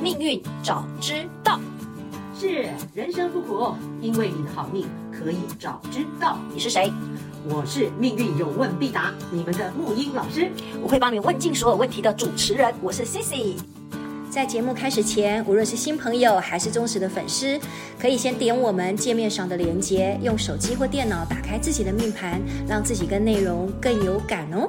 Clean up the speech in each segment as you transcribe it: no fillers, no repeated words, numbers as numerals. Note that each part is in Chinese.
命运早知道。 是人生不苦，因为你的好命可以早知道。 你是谁？ 我是命运有问必答，你们的木英老师， 我会帮你问尽所有问题的主持人。我是 Sissi。 在节目开始前，无论是新朋友还是忠实的粉丝，可以先点我们界面上的连结，用手机或电脑打开自己的命盘，让自己跟内容更有感哦。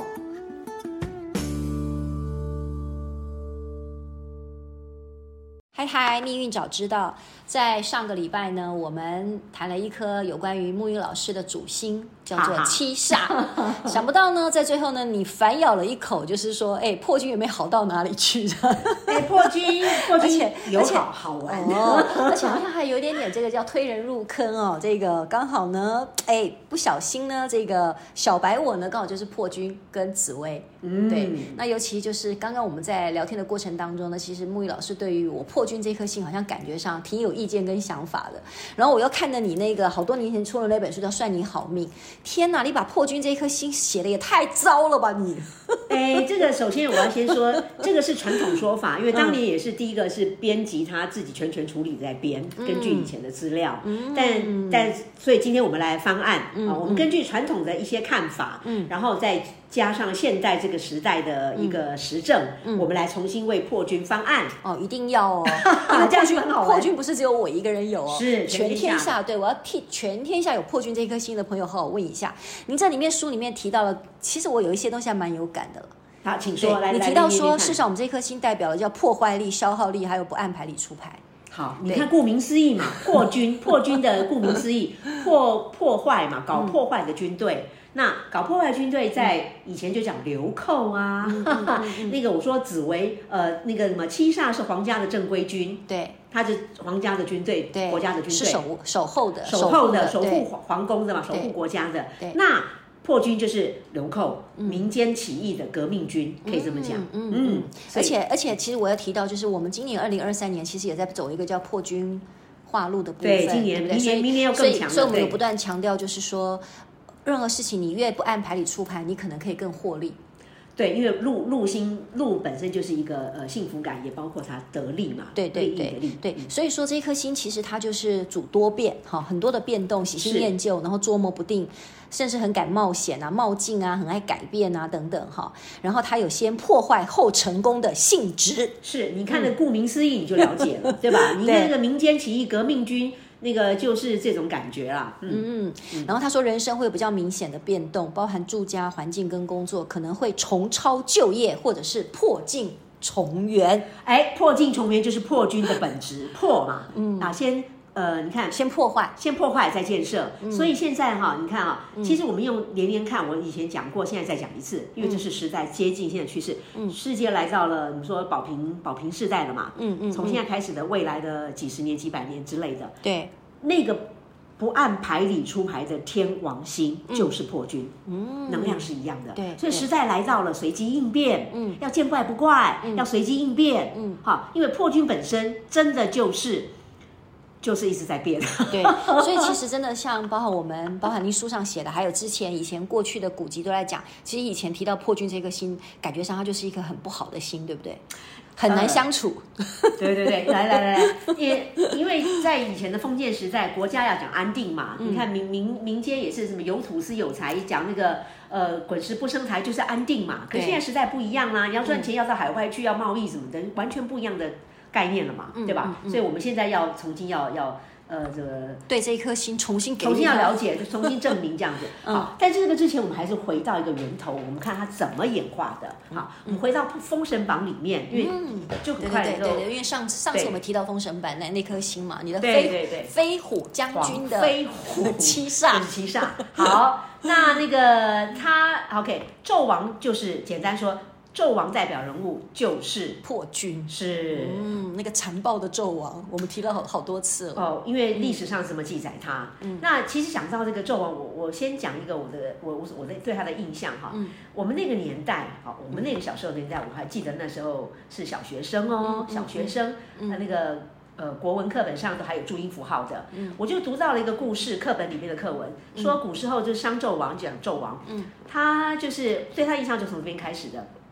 嗨，命运早知道。在上个礼拜呢，我们谈了一颗有关于木英老师的主星，叫做七煞。想不到呢，在最后呢，你反咬了一口，就是说，破军有没有好到哪里去的？ 破军有好玩哦，而且好像还有一点点这个叫推人入坑哦。这个刚好呢，不小心呢，这个小白我呢，刚好就是破军跟紫薇。对，那尤其就是刚刚我们在聊天的过程当中呢，其实木易老师对于我破军这颗星好像感觉上挺有意见跟想法的。然后我又看了你那个好多年前出了那本书叫《算你好命》，天哪，你把破军这颗星写的也太糟了吧你！ 这个首先我要先说，这个是传统说法，因为当年也是第一个是编辑他自己全权处理在编，根据以前的资料。但所以今天我们来方案我们根据传统的一些看法，然后再加上现代这个时代的一个实证，我们来重新为破军方案一定要哦。 这样就很好玩。 破军不是只有我一个人有哦， 是全天下。对，我要替全天下有破军这颗星的朋友好好问一下。您在书里面提到了，其实我有一些东西还蛮有感的了。 好，请说。来， 你提到说，事实上我们这颗星代表了叫破坏力、消耗力，还有不按牌理出牌。 好，你看顾名思义嘛，破军的顾名思义，破坏嘛，搞破坏的军队。那搞破坏军队在以前就讲流寇啊，那个我说紫薇，那个什么七煞是皇家的正规军， 对， 他是皇家的军队，国家的军队， 是守候的， 守护皇宫的嘛，守护国家的。那破军就是流寇，民间起义的革命军，可以这么讲。 而且，其实我要提到，就是我们今年2023年，其实也在走一个叫破军化禄的部分。 对，今年、明年要更强。 所以我们有不断强调，就是说，任何事情你越不按牌理出牌，你可能可以更获利。 对，因为禄本身就是一个幸福感，也包括它得利嘛， 对，所以说这颗星其实它就是主多变，很多的变动，喜新厌旧，然后捉摸不定，甚至很敢冒险啊、冒进啊，很爱改变啊等等哈。然后它有先破坏后成功的性质， 是你看的顾名思义你就了解了，对吧？你看那个民间起义革命军。那个就是这种感觉啦， 然后他说人生会有比较明显的变动，包含住家环境跟工作，可能会重操旧业，或者是破镜重圆。 破镜重圆就是破军的本质，破嘛，先你看， 先破坏再建设。所以现在你看其实我们用连看，我以前讲过，现在再讲一次，因为这是时代接近现在的趋势。世界来到了你说保平世代了嘛？从现在开始的未来的几十年、几百年之类的， 对， 那个不按牌理出牌的天王星就是破军，能量是一样的。 对， 所以时代来到了随机应变，要见怪不怪，要随机应变，因为破军本身真的就是一直在变。 对，所以其实真的像包含您书上写的，还有以前过去的古籍都在讲，其实以前提到破军这颗星，感觉上它就是一颗很不好的星，对不对？很难相处。 对，来，因为在以前的封建时代，国家要讲安定嘛，你看民间也是什么有土司有财，讲那个滚石不生财就是安定嘛。可现在时代不一样啦，你要赚钱要到海外去，要贸易什么的，完全不一样的概念了嘛，对吧？所以我们现在要重新要这个对这一颗星重新要了解，重新证明这样子。好，在这个之前，我们还是回到一个源头，我们看它怎么演化的。好，我们回到《封神榜》里面，因为就很快的对，因为上次我们提到《封神榜》那颗星嘛，你的对飞虎将军的飞虎七煞， 七煞。好，那个他 OK， 纣王就是简单说。纣王代表人物就是破军， 是那个残暴的纣王，我们提了好多次了。因为历史上怎么记载他？那其实想到这个纣王，我先讲一个我的对他的印象哈。我们那个年代，我们那个小时候的年代，我还记得那时候是小学生哦，小学生，那个国文课本上都还有注音符号的。我就读到了一个故事，课本里面的课文说古时候就是商纣王，讲纣王，他就是对他印象就从这边开始的。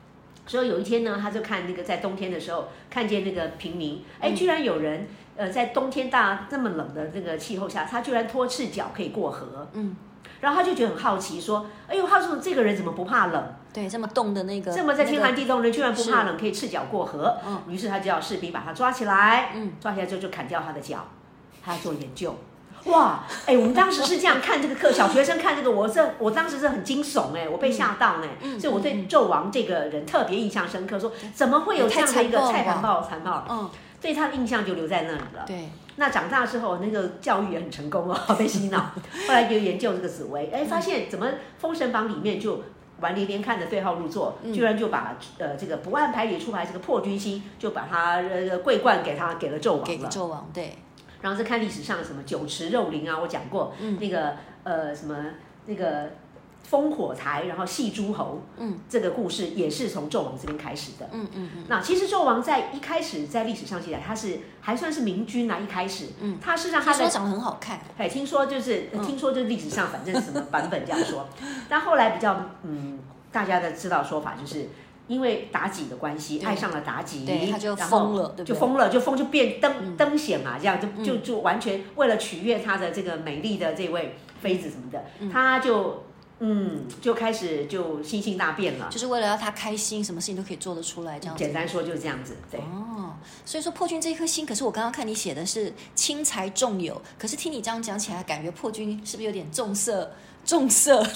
所以有一天呢，他就看那个在冬天的时候，看见那个平民，哎，居然有人在冬天这么冷的那个气候下，他居然脱赤脚可以过河。然后他就觉得很好奇，说：“哎呦，他说这个人怎么不怕冷？ 对，这么冻的那个， 这么在天寒地冻的人居然不怕冷，可以赤脚过河。于是他就要士兵把他抓起来，抓起来之后就砍掉他的脚，他要做研究。哇，哎，我们当时是这样看这个课，小学生看这个，我当时是很惊悚哎，我被吓到哎，所以我对纣王这个人特别印象深刻，说怎么会有这样的一个太残暴，对他的印象就留在那里了。 对。 那长大之后，那个教育也很成功哦，被洗脑。后来就研究这个紫薇，哎，发现怎么《封神榜》里面就连连看的对号入座，居然就把这个不按牌理出牌这个破军星，就把他桂冠给了纣王了。 给纣王，对。 然后再看历史上什么酒池肉林啊，我讲过，那个什么那个。烽火台，然后戏诸侯，这个故事也是从纣王这边开始的。那其实纣王在一开始在历史上记载，他是还算是明君啊。一开始，他是让他说长得很好看， 哎，听说就是历史上反正什么版本这样说，但后来比较大家的知道说法就是。因为妲己的关系，爱上了妲己， 对，他就疯了， 就变登显嘛，这样就完全为了取悦他的这个美丽的这位妃子什么的，他就开始就心性大变了， 就是为了让他开心，什么事情都可以做得出来，这样子。 简单说就是这样子，对。 所以说破军这一颗星，可是我刚刚看你写的是轻财重友，可是听你这样讲起来，感觉破军是不是有点重色重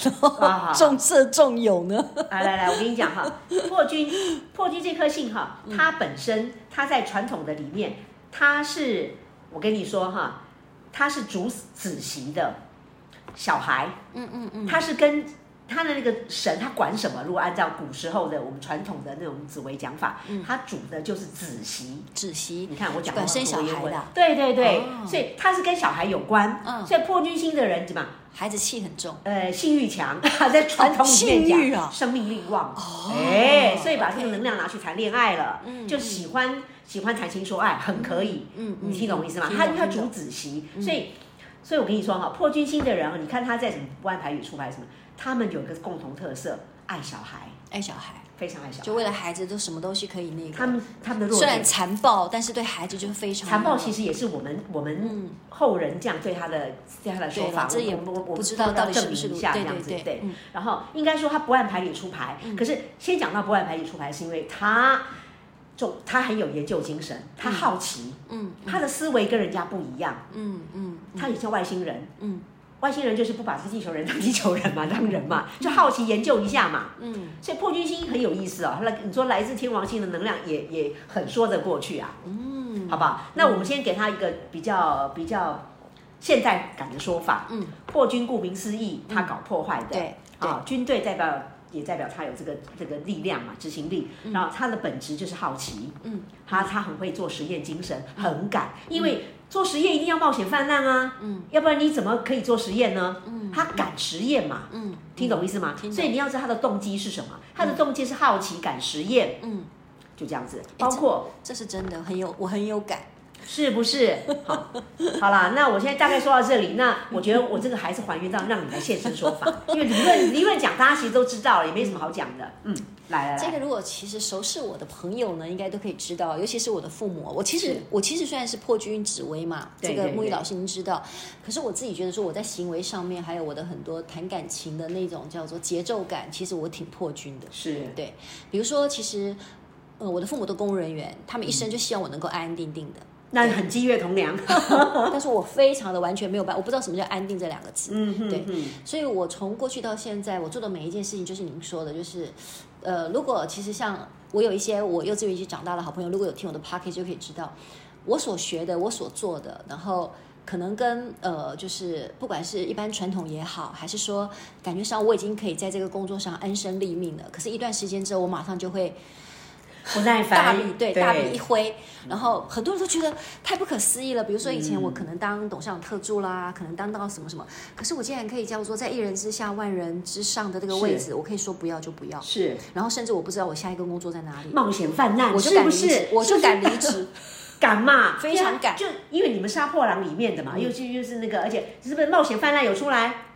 友呢？ 来，我跟你讲哈，破军这颗星哈，它本身它在传统的里面，我跟你说哈，它是主子息的。小孩，他是跟他的那个神，他管什么？如果按照古时候的我们传统的那种紫微讲法，他主的就是子息。 子息， 你看我讲管生小孩的， 对，所以他是跟小孩有关。所以破军星的人怎么？ 孩子气很重， 性欲强，在传统里面讲，生命力旺。所以把这个能量拿去谈恋爱了，就喜欢谈情说爱，很可以。你听懂我意思吗？他主子息，所以我跟你说哈，破军星的人，你看他在什么不按牌理出牌什么，他们有一个共同特色，爱小孩，非常爱小孩， 就为了孩子都什么东西可以那个。 他们的弱点虽然残暴，但是对孩子就是非常残暴。其实也是我们后人这样对他的说法， 这也我不知道到底是不是一下这样子。对，然后应该说他不按牌理出牌，可是先讲到不按牌理出牌，是因为他很有研究精神，他好奇，他的思维跟人家不一样，他也像外星人，外星人就是不把这地球人当地球人嘛，当人嘛，就好奇研究一下嘛，所以破军星很有意思哦，你说来自天王星的能量也很说得过去啊，好不好？那我们先给他一个比较现代感的说法，破军顾名思义，他搞破坏的， 对， 军队也代表他有这个力量嘛，执行力。然后他的本质就是好奇，他很会做实验精神，很敢，因为做实验一定要冒险犯难啊，要不然你怎么可以做实验呢？他敢实验嘛，听懂意思吗？所以你要知道他的动机是什么，他的动机是好奇，敢实验，就这样子。包括这是真的，我很有感。 是不是？好啦，那我现在大概说到这里。那我觉得我这个还是还原到让你来现身说法，因为理论讲大家其实都知道了，也没什么好讲的。来， 这个如果其实熟识我的朋友呢，应该都可以知道，尤其是我的父母。我其实虽然是破军紫微嘛，这个木鱼老师您知道，可是我自己觉得说我在行为上面，还有我的很多谈感情的那种叫做节奏感，其实我挺破军的。 是对，比如说其实我的父母都公务人员，他们一生就希望我能够安安定定的。 那很积月同梁， 但是我非常的完全没有办法，我不知道什么叫安定这两个字。对，所以我从过去到现在，我做的每一件事情，就是您说的，就是如果其实像我有一些我幼稚园一起长大的好朋友，如果有听我的 podcast 就可以知道我所学的，我所做的，然后可能跟就是不管是一般传统也好，还是说感觉上我已经可以在这个工作上安身立命了，可是一段时间之后，我马上就会不耐烦， 大笔一挥，然后很多人都觉得太不可思议了。比如说以前我可能当董事长特助啦，可能当到什么什么，可是我竟然可以叫做在一人之下万人之上的这个位置，我可以说不要就不要， 是。 然后甚至我不知道我下一个工作在哪里， 冒险犯难， 我就敢离职，我就敢离职。 敢嘛， 非常敢， 就因为你们杀破狼里面的嘛，又是那个，而且是不是冒险犯难有出来？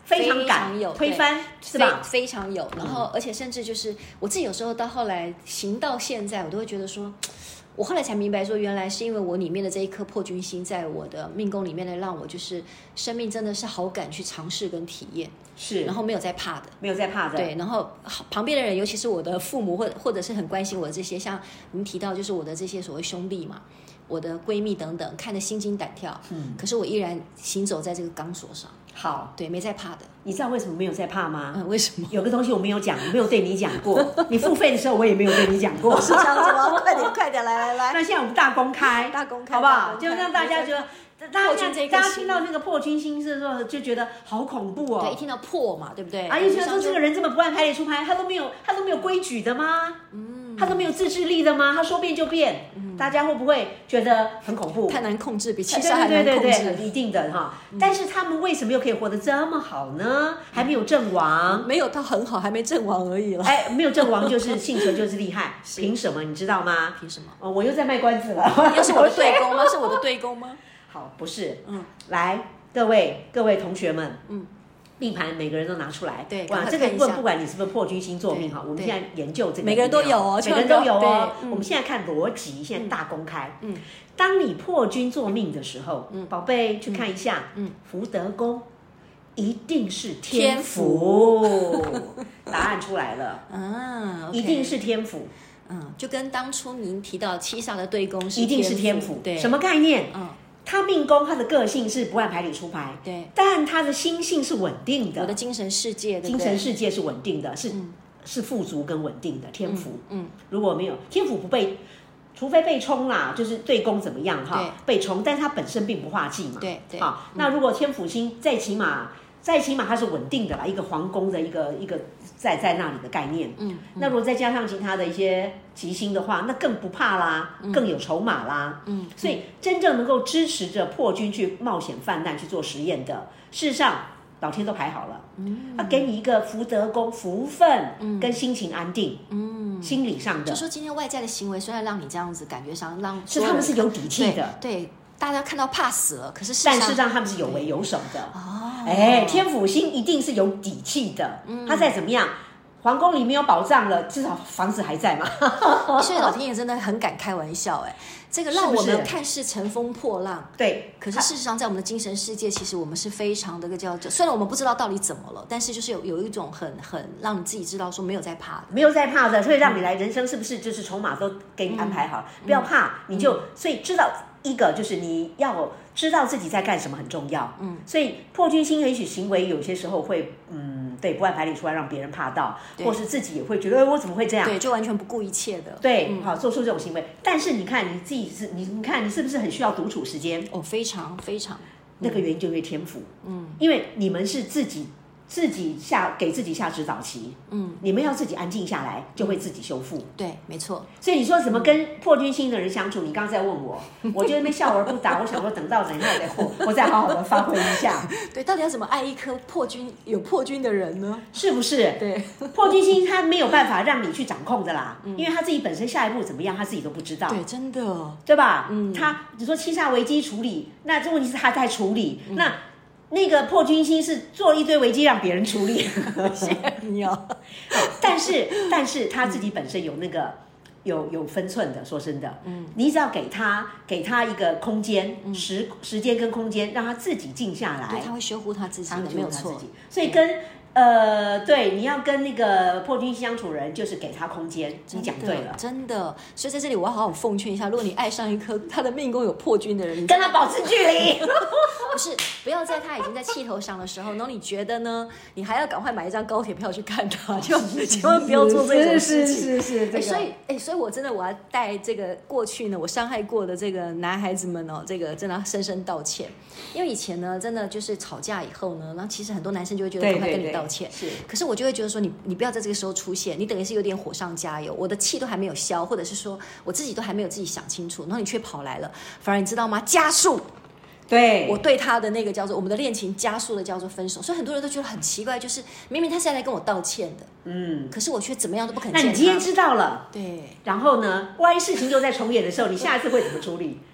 非常敢有推翻，是吧？ 非常有。然后，而且甚至就是我自己有时候到后来行到现在，我都会觉得说。我后来才明白说，原来是因为我里面的这一颗破军星在我的命宫里面呢，让我就是生命真的是好敢去尝试跟体验， 是， 然后没有在怕的， 没有在怕的， 对，然后旁边的人，尤其是我的父母或者是很关心我的这些，像您提到就是我的这些所谓兄弟嘛，我的闺蜜等等，看得心惊胆跳，可是我依然行走在这个钢索上。 好， 对，没在怕的。 你知道为什么没有在怕吗？ 为什么？ 有个东西我没有讲，没有对你讲过。你付费的时候我也没有对你讲过。 是这样子吗？快点，来。 那现在我们大公开，好不好？就让大家觉得。大家听到那个破军星的时候就觉得好恐怖哦。 对，一听到破嘛，对不对？ 又觉得说这个人这么不按牌理出牌，他都没有规矩的吗？他都没有自制力的吗？他说变就变，大家会不会觉得很恐怖？ 太难控制，比七杀还难控制， 对，一定的哈。但是他们为什么又可以活得这么好呢？还没有阵亡， 没有到很好，还没阵亡而已了。 没有阵亡就是幸存就是厉害，凭什么？你知道吗？ 凭什么？ 哦，我又在卖关子了。 又是我的对宫吗？是我的对宫吗？ 好，不是，来，各位同学们，命盘每个人都拿出来， 对， 哇，这个不管你是不是破军星坐命哈，我们现在研究这个， 每个人都有哦， 每个人都有哦。我们现在看逻辑，现在大公开。当你破军坐命的时候，宝贝去看一下，福德宫一定是天府，答案出来了，一定是天府。 就跟当初您提到七煞的对宫是一定是天府， 对， 什么概念？他命宫他的个性是不按牌理出牌， 对， 但他的心性是稳定的， 我的精神世界， 精神世界是稳定的，是富足跟稳定的天府。如果没有天府不被，除非被冲啦，就是对宫怎么样哈，被冲，但它本身并不化忌嘛， 对， 好，那如果天府星再起码它是稳定的啦，一个皇宫的一个在那里的概念。那如果再加上其他的一些吉星的话，那更不怕啦，更有筹码啦。所以真正能够支持着破军去冒险犯难去做实验的，事实上老天都排好了，给你一个福德宫福分跟心情安定，心理上的。 就说今天外在的行为虽然让你这样子感觉上让是他们是有底气的， 对。大家看到怕死了，可是但事实上他们是有为有守的。天府星一定是有底气的，他再怎么样，皇宫里没有宝藏了，至少房子还在嘛。 所以老天爷真的很敢开玩笑，这个让我们看似乘风破浪， 对。 可是事实上，在我们的精神世界，其实我们是非常的叫做，虽然我们不知道到底怎么了，但是就是有一种很让你自己知道说没有在怕的， 没有在怕的，所以让你来人生是不是就是筹码都给你安排好了，不要怕，你就所以知道。一个就是你要知道自己在干什么很重要，所以破军星也许行为有些时候会，对，不按牌理出来让别人怕到，或是自己也会觉得，我怎么会这样？ 对，就完全不顾一切的， 对，好做出这种行为。但是你看你自己你看你是不是很需要独处时间？ 非常非常， 那个原因就是天府，因为你们是自己给自己下指导棋，你们要自己安静下来，就会自己修复。 对，没错。 所以你说怎么跟破军星的人相处？你刚才问我，我就在那边笑而不答。我想说，等到等一下我再好好的发挥一下。 对，到底要怎么爱一颗有破军的人呢？ 是不是？ 对， 破军星他没有办法让你去掌控的啦，因为他自己本身下一步怎么样，他自己都不知道。 对，真的， 对吧？你说七煞危机处理，那这问题是他在处理，那个破军星是做了一堆危机让别人处理， 谢谢你哦。 但是他自己本身有那个有分寸的，说真的，你只要给他一个空间，时间跟空间，让他自己静下来， 对，他会修复他自己的，没有错。 所以对，你要跟那个破军相处人，就是给他空间。你讲对了， 真的。所以在这里，我要好好奉劝一下：如果你爱上一颗他的命宫有破军的人，你跟他保持距离。 不是，不要在他已经在气头上的时候，然后你觉得呢？你还要赶快买一张高铁票去看他，就千万不要做这种事情。 是。 所以我真的我要带这个过去呢，我伤害过的这个男孩子们哦，这个真的深深道歉。因为以前呢，真的就是吵架以后呢，然后其实很多男生就会觉得赶快跟你道歉， 是。 可是我就会觉得说你不要在这个时候出现，你等于是有点火上加油，我的气都还没有消，或者是说我自己都还没有自己想清楚，然后你却跑来了，反而你知道吗？加速。 对， 我对他的那个叫做我们的恋情加速的叫做分手，所以很多人都觉得很奇怪，就是明明他是来跟我道歉的，可是我却怎么样都不肯见他。 那你今天知道了， 对， 然后呢，万一事情又在重演的时候，你下一次会怎么处理？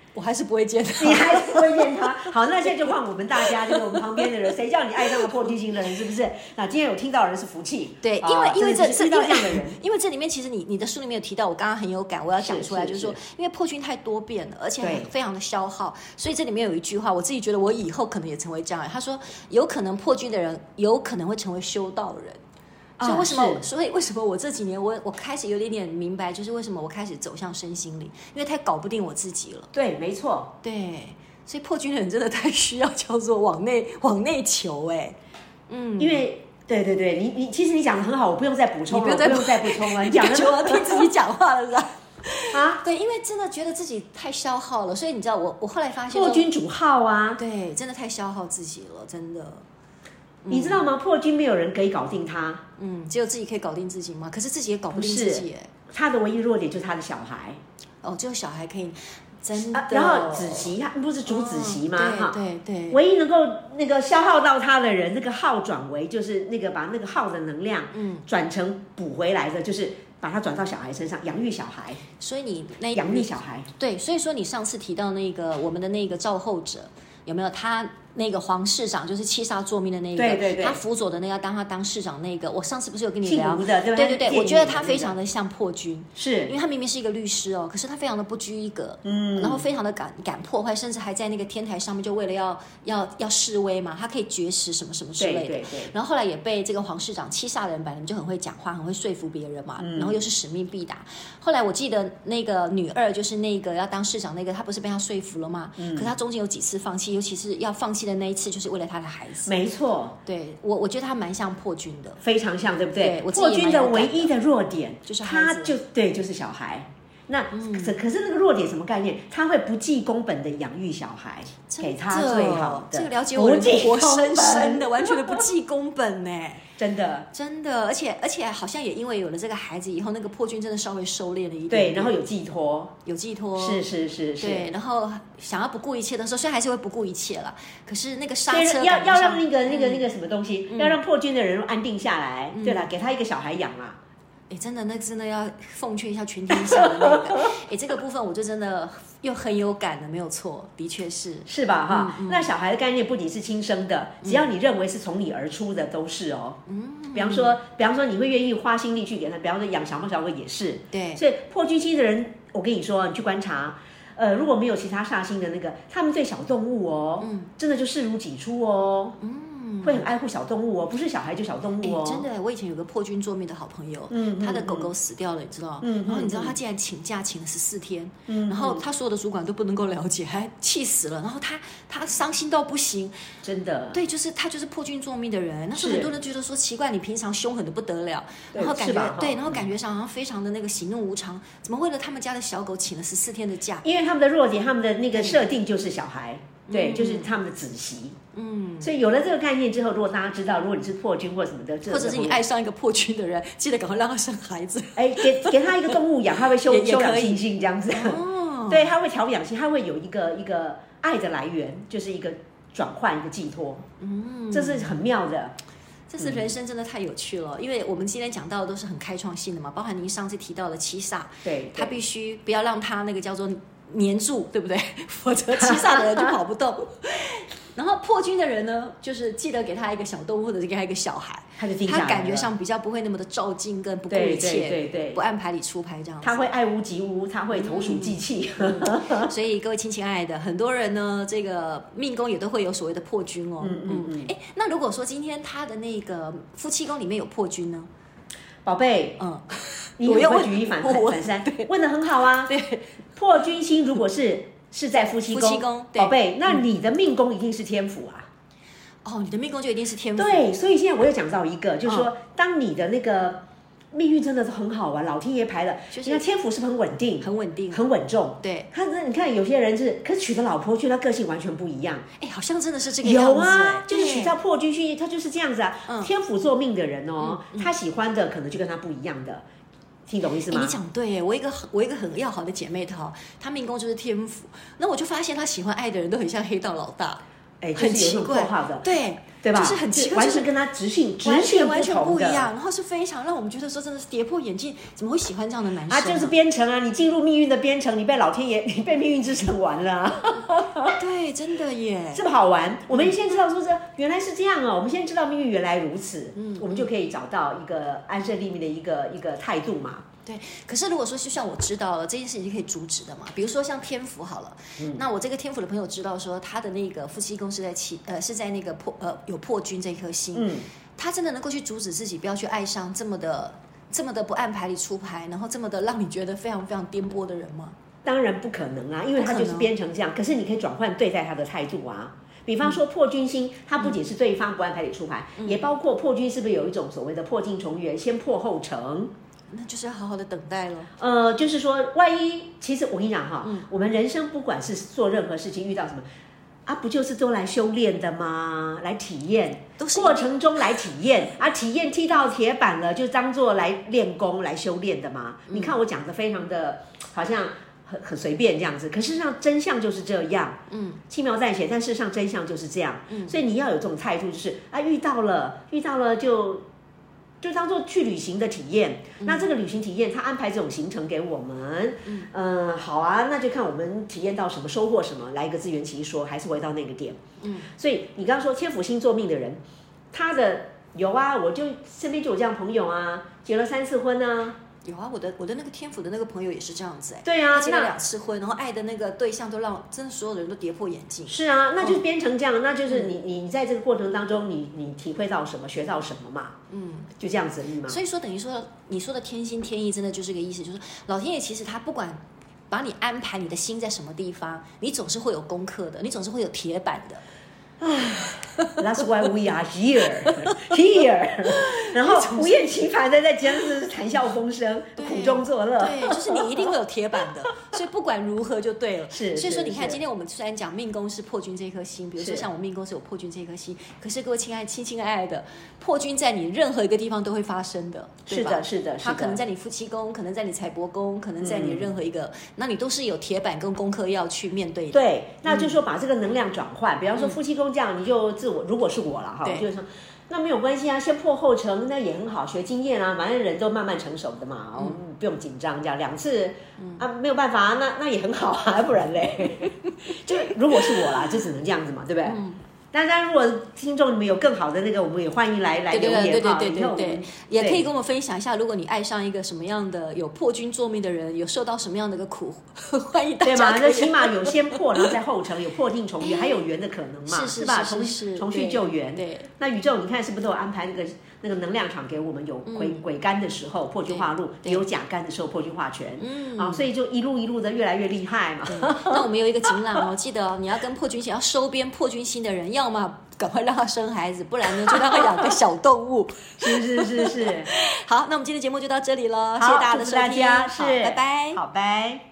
我还是不会见他。 你还是不会见他。好，那现在就换我们大家，就是我们旁边的人，谁叫你爱上了破军星的人，是不是？那今天有听到的人是福气。 对，因为遇到这样的人，因为这里面其实你的书里面有提到，我刚刚很有感，我要讲出来，就是说，因为破军太多变了，而且非常的消耗，所以这里面有一句话，我自己觉得我以后可能也成为这样。他说，有可能破军的人有可能会成为修道人。所以为什么？所以为什么我这几年我开始有点明白，就是为什么我开始走向身心灵，因为太搞不定我自己了。 对，没错。 对，所以破军的人真的太需要叫做往内求因为对，你其实你讲的很好，我不用再补充了，不用再补充了。你讲的我要听自己讲话了是吧？ 啊， 对，因为真的觉得自己太消耗了，所以你知道我后来发现破军主耗啊， 对，真的太消耗自己了，真的。 你知道吗？破军没有人可以搞定他， 只有自己可以搞定自己吗？可是自己也搞不定自己他的唯一弱点就是他的小孩。 只有小孩可以，真的。 然后子媳，他不是主子媳吗？ 对， 唯一能够那个消耗到他的人，那个耗转为就是那个把那个耗的能量，转成补回来的，就是把它转到小孩身上，养育小孩。 所以你养育小孩， 对，所以说你上次提到那个我们的那个赵后者。有没有他那个黄市长就是七煞坐命的那个？ 对， 他辅佐的那个他当市长那个，我上次不是有跟你聊？ 对， 我觉得他非常的像破军， 是因为他明明是一个律师可是他非常的不拘一格，然后非常的敢破坏，甚至还在那个天台上面就为了要示威嘛，他可以绝食什么什么之类的。 对。 然后后来也被这个黄市长七煞的人本来就很会讲话，很会说服别人嘛，然后又是使命必达。后来我记得那个女二就是那个要当市长那个，他不是被他说服了吗？可是他中间有几次放弃，尤其是要放弃的那一次，就是为了他的孩子。 没错， 对我觉得他蛮像破军的， 非常像，对不对？ 对， 破军的唯一的弱点就是他就是小孩。那可是那个弱点什么概念？他会不计工本的养育小孩，给他最好的。 这个了解我的活生生的，完全的不计工本呢。 真的， 而且好像也因为有了这个孩子以后，那个破军真的稍微收敛了一点。 对，然后有寄托，是。 对，然后想要不顾一切的时候，虽然还是会不顾一切了，可是那个刹车要让那个什么东西，要让破军的人安定下来。对了，给他一个小孩养嘛。 真的要奉劝一下全天下的那个，这个部分我就真的又很有感的，没有错，的确是吧？哈，那小孩的概念不仅是亲生的，只要你认为是从你而出的，都是哦。比方说你会愿意花心力去给他，比方说养小猫小狗也是。 对， 所以破军星的人，我跟你说，你去观察。如果没有其他煞星的那个，他们对小动物真的就视如己出哦。会很爱护小动物哦，不是小孩就小动物哦。 真的，我以前有个破军坐命的好朋友，他的狗狗死掉了，你知道？然后你知道他竟然请假请了14天，然后他所有的主管都不能够了解，还气死了。然后他伤心到不行， 真的。 对，就是他就是破军坐命的人。那时候很多人觉得说奇怪，你平常凶狠的不得了，然后感觉对，然后感觉上好像非常的那个喜怒无常，怎么为了他们家的小狗请了14天的假？ 因为他们的弱点，他们的那个设定就是小孩。对，就是他们的子媳。所以有了这个概念之后，如果大家知道，如果你是破军或什么的， 或者是你爱上一个破军的人，记得赶快让他生孩子。 给他一个动物养，他会修养心性这样子。对，他会调养心，他会有一个爱的来源，就是一个转换一个寄托。这是很妙的。 这是人生真的太有趣了，因为我们今天讲到的都是很开创性的嘛，包含您上次提到的七煞， 对， 他必须不要让他那个叫做黏住，对不对？否则七煞的人就跑不动。然后破军的人呢，就是记得给他一个小动物，或者是给他一个小孩，他感觉上比较不会那么的照进，跟不顾一切， 对， 不按牌理出牌这样子。 他会爱屋及乌，他会投鼠忌器。 所以各位亲爱的，很多人呢，这个命宫也都会有所谓的破军哦。那如果说今天他的那个夫妻宫里面有破军呢？ 宝贝，你很会举一反三，问得很好啊。 对， 破军星如果是在夫妻宫，宝贝，那你的命宫一定是天府啊。 你的命宫就一定是天府。 对，所以现在我有讲到一个，就是说，当你的那个命运真的是很好啊，老天爷排了，你看天府是很稳定， 很稳定， 很稳重。 对， 你看有些人可是娶的老婆，觉得他个性完全不一样。 好像真的是这个样子。 有啊，就是娶到破军星，他就是这样子啊。天府做命的人他喜欢的可能就跟他不一样的。听懂意思吗？ 你讲对，我一个很要好的姐妹她命宫就是天府，那我就发现她喜欢爱的人都很像黑道老大。 就是有一种绰号的，对吧？ 就是很奇怪， 完全跟他直性完全不一样，然后是非常让我们觉得说真的是跌破眼镜，怎么会喜欢这样的男生就是编程啊！你进入命运的编程，你被老天爷，你被命运之神玩了。 对，真的耶， 这么好玩。我们先知道说原来是这样哦，我们先知道命运原来如此，我们就可以找到一个安身立命的一个态度嘛。 对，可是如果说就像我知道了这件事情是可以阻止的嘛，比如说像天府好了，那我这个天府的朋友知道说他的那个夫妻宫是在那个有破军这颗星，他真的能够去阻止自己不要去爱上这么的不按牌理出牌，然后这么的让你觉得非常非常颠簸的人吗？ 当然不可能啊，因为他就是编成这样。可是你可以转换对待他的态度啊。比方说破军星，它不仅是对方不按牌理出牌，也包括破军是不是有一种所谓的破镜重圆，先破后成？ 那就是要好好的等待了。 就是说，万一其实我跟你讲哈，我们人生不管是做任何事情，遇到什么啊，不就是都来修炼的吗？来体验，过程中来体验啊，体验踢到铁板了，就当做来练功、来修炼的嘛。你看我讲的非常的，好像很随便这样子，可事实上真相就是这样。轻描淡写，但事实上真相就是这样。所以你要有这种态度，就是啊，遇到了就当做去旅行的体验，那这个旅行体验，他安排这种行程给我们，好啊，那就看我们体验到什么，收获什么，来一个自圆其说，还是回到那个点。所以你刚刚说天府星坐命的人，他的有啊，我就身边就有这样朋友啊，结了3次婚啊。 有啊，我的那个天府的那个朋友也是这样子对啊， 他结了2次婚，然后爱的那个对象都让真的所有的人都跌破眼镜。 是啊，那就是编成这样，那就是你在这个过程当中，你体会到什么，学到什么嘛，就这样子而已嘛。 所以说等于说你说的天心天意，真的就是这个意思，就是老天爷其实他不管把你安排你的心在什么地方，你总是会有功课的，你总是会有铁板的。 That's why we are here， 然后不厌其烦的在这样子谈笑风生，苦中作乐。 对，就是你一定会有铁板的，所以不管如何就对了。 所以说你看，今天我们虽然讲命宫是破军这颗星，比如说像我命宫是有破军这颗星，可是各位亲爱的，破军在你任何一个地方都会发生的，对吧？ 是的， 它可能在你夫妻宫，可能在你财帛宫，可能在你任何一个，那你都是有铁板跟功课要去面对的。 对，那就是说把这个能量转换，比方说夫妻宫这样，你就自我，如果是我了哈，就是说那没有关系啊，先破后成，那也很好，学经验啊，反正人都慢慢成熟的嘛，不用紧张，这样2次啊没有办法，那也很好啊，不然嘞，就如果是我啦，就只能这样子嘛，对不对？当然，如果听众你们有更好的那个，我们也欢迎来留言哈。 对，也可以跟我们分享一下，如果你爱上一个什么样的有破军坐命的人，有受到什么样的一个苦，欢迎大家。 对嘛？那起码有先破，然后再后成，有破镜重圆，还有圆的可能嘛？是吧？重续旧缘。对，那宇宙你看是不是都有安排那个能量场给我们？有癸干的时候破军化禄，有甲干的时候破军化权。所以就一路的越来越厉害嘛。 那我们有一个锦囊哦，记得你要跟破军星要收编破军星的人，要么赶快让他生孩子，不然呢就让他养个小动物。 是。 好，那我们今天的节目就到这里了，谢谢大家的收听， 祝福大家， 拜拜。 好，拜。